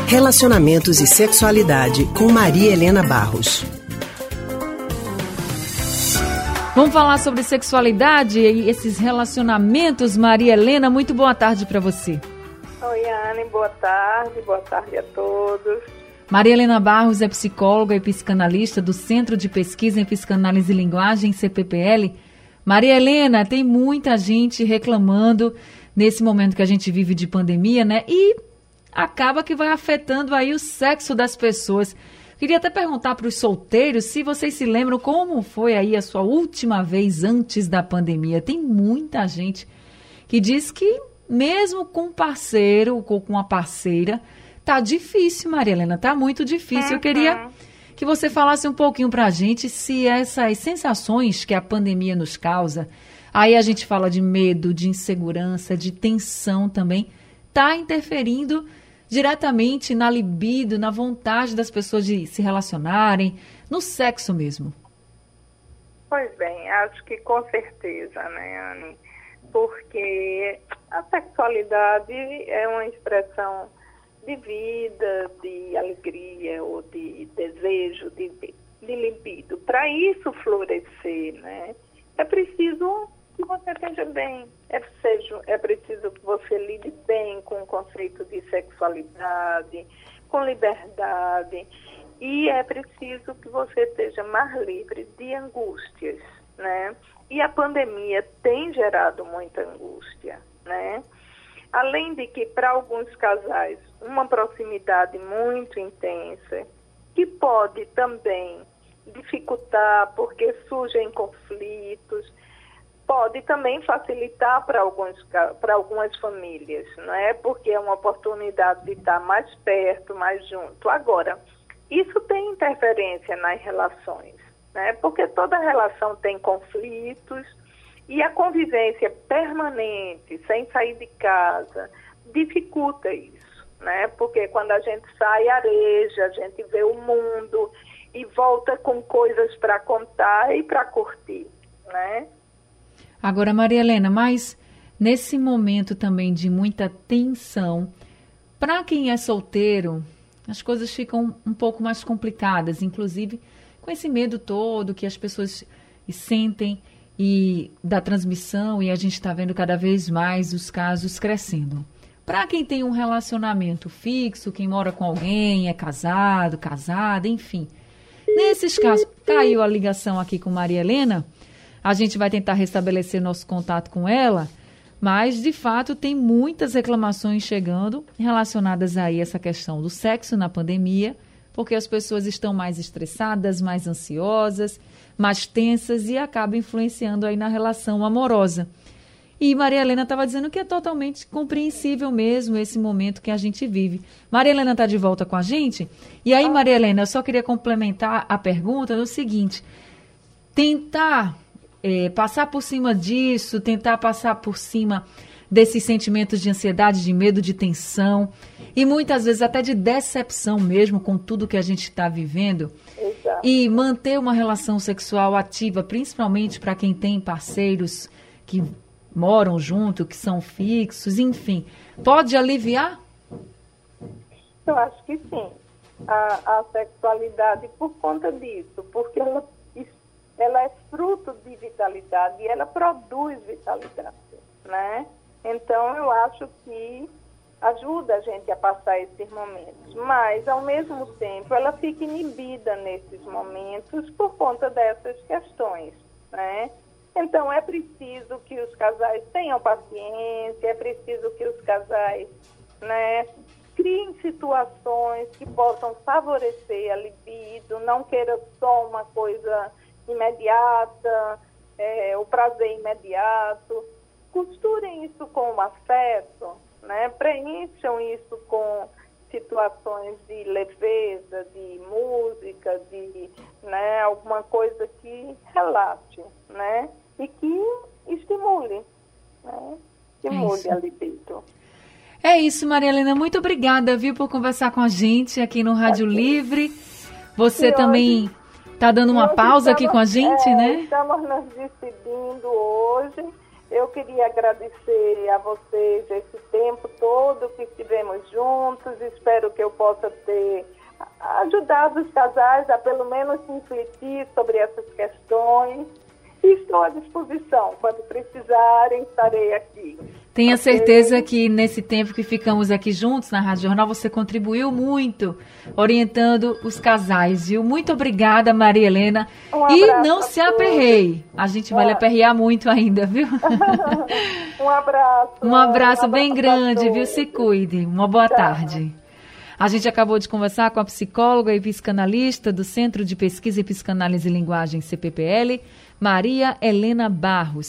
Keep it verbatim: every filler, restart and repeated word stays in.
Relacionamentos e Sexualidade, com Maria Helena Barros. Vamos falar sobre sexualidade e esses relacionamentos. Maria Helena, muito boa tarde para você. Oi, Anne, boa tarde, boa tarde a todos. Maria Helena Barros é psicóloga e psicanalista do Centro de Pesquisa em Psicanálise e Linguagem, C P P L. Maria Helena, tem muita gente reclamando nesse momento que a gente vive de pandemia, né? E acaba que vai afetando aí o sexo das pessoas. Queria até perguntar para os solteiros se vocês se lembram como foi aí a sua última vez antes da pandemia. Tem muita gente que diz que mesmo com um parceiro ou com uma parceira, tá difícil, Maria Helena, tá muito difícil. Uhum. Eu queria que você falasse um pouquinho para a gente se essas sensações que a pandemia nos causa, aí a gente fala de medo, de insegurança, de tensão também, tá interferindo diretamente na libido, na vontade das pessoas de se relacionarem, no sexo mesmo. Pois bem, acho que com certeza, né, Anne? Porque a sexualidade é uma expressão de vida, de alegria ou de desejo, de, de libido. Para isso florescer, né, é preciso que você esteja bem, é, seja, é preciso que você lide bem com o conceito de sexualidade, com liberdade, e é preciso que você esteja mais livre de angústias, né? E a pandemia tem gerado muita angústia, né? Além de que, para alguns casais, uma proximidade muito intensa, que pode também dificultar porque surgem conflitos, pode também facilitar para alguns, para algumas famílias, não é? Porque é uma oportunidade de estar mais perto, mais junto. Agora, isso tem interferência nas relações, né? Porque toda relação tem conflitos e a convivência permanente, sem sair de casa, dificulta isso, né? Porque quando a gente sai, areja, a gente vê o mundo e volta com coisas para contar e para curtir, né? Agora, Maria Helena, mas nesse momento também de muita tensão, para quem é solteiro, as coisas ficam um pouco mais complicadas, inclusive com esse medo todo que as pessoas sentem e da transmissão, e a gente está vendo cada vez mais os casos crescendo. Para quem tem um relacionamento fixo, quem mora com alguém, é casado, casada, enfim. Nesses casos, caiu a ligação aqui com Maria Helena. A gente vai tentar restabelecer nosso contato com ela, mas, de fato, tem muitas reclamações chegando relacionadas aí a essa questão do sexo na pandemia, porque as pessoas estão mais estressadas, mais ansiosas, mais tensas e acaba influenciando aí na relação amorosa. E Maria Helena estava dizendo que é totalmente compreensível mesmo esse momento que a gente vive. Maria Helena está de volta com a gente? E aí, Maria Helena, eu só queria complementar a pergunta no seguinte: tentar... É, passar por cima disso, tentar passar por cima desses sentimentos de ansiedade, de medo, de tensão e muitas vezes até de decepção mesmo com tudo que a gente está vivendo. Exato. E manter uma relação sexual ativa, principalmente para quem tem parceiros que moram junto, que são fixos, enfim, pode aliviar? Eu acho que sim, a, a sexualidade por conta disso, porque ela ela é fruto de vitalidade e ela produz vitalidade, né? Então, eu acho que ajuda a gente a passar esses momentos, mas, ao mesmo tempo, ela fica inibida nesses momentos por conta dessas questões, né? Então, é preciso que os casais tenham paciência, é preciso que os casais, né, criem situações que possam favorecer a libido, não queira só uma coisa imediata, é, o prazer imediato. Costurem isso com o afeto, né? Preencham isso com situações de leveza, de música, de, né, alguma coisa que relaxe, né? E que estimule, né? Estimule é a libido. É isso, Maria Helena. Muito obrigada, viu, por conversar com a gente aqui no Rádio é Livre. Você e também... Hoje... Tá dando uma pausa estamos, aqui com a gente, é, né? Estamos nos despedindo hoje, Eu queria agradecer a vocês esse tempo todo que estivemos juntos. Espero que eu possa ter ajudado os casais a pelo menos refletir sobre essas questões. E estou à disposição. Quando precisarem, estarei aqui. Tenha okay? certeza que nesse tempo que ficamos aqui juntos na Rádio Jornal, você contribuiu muito, orientando os casais, viu? Muito obrigada, Maria Helena. Um e não se aperreie. A gente vai é. lhe aperrear muito ainda, viu? Um abraço. Um abraço, um abraço bem grande, viu? todos. Se cuide. Uma boa Tchau. tarde. A gente acabou de conversar com a psicóloga e psicanalista do Centro de Pesquisa em Psicanálise e Linguagem, C P P L, Maria Helena Barros.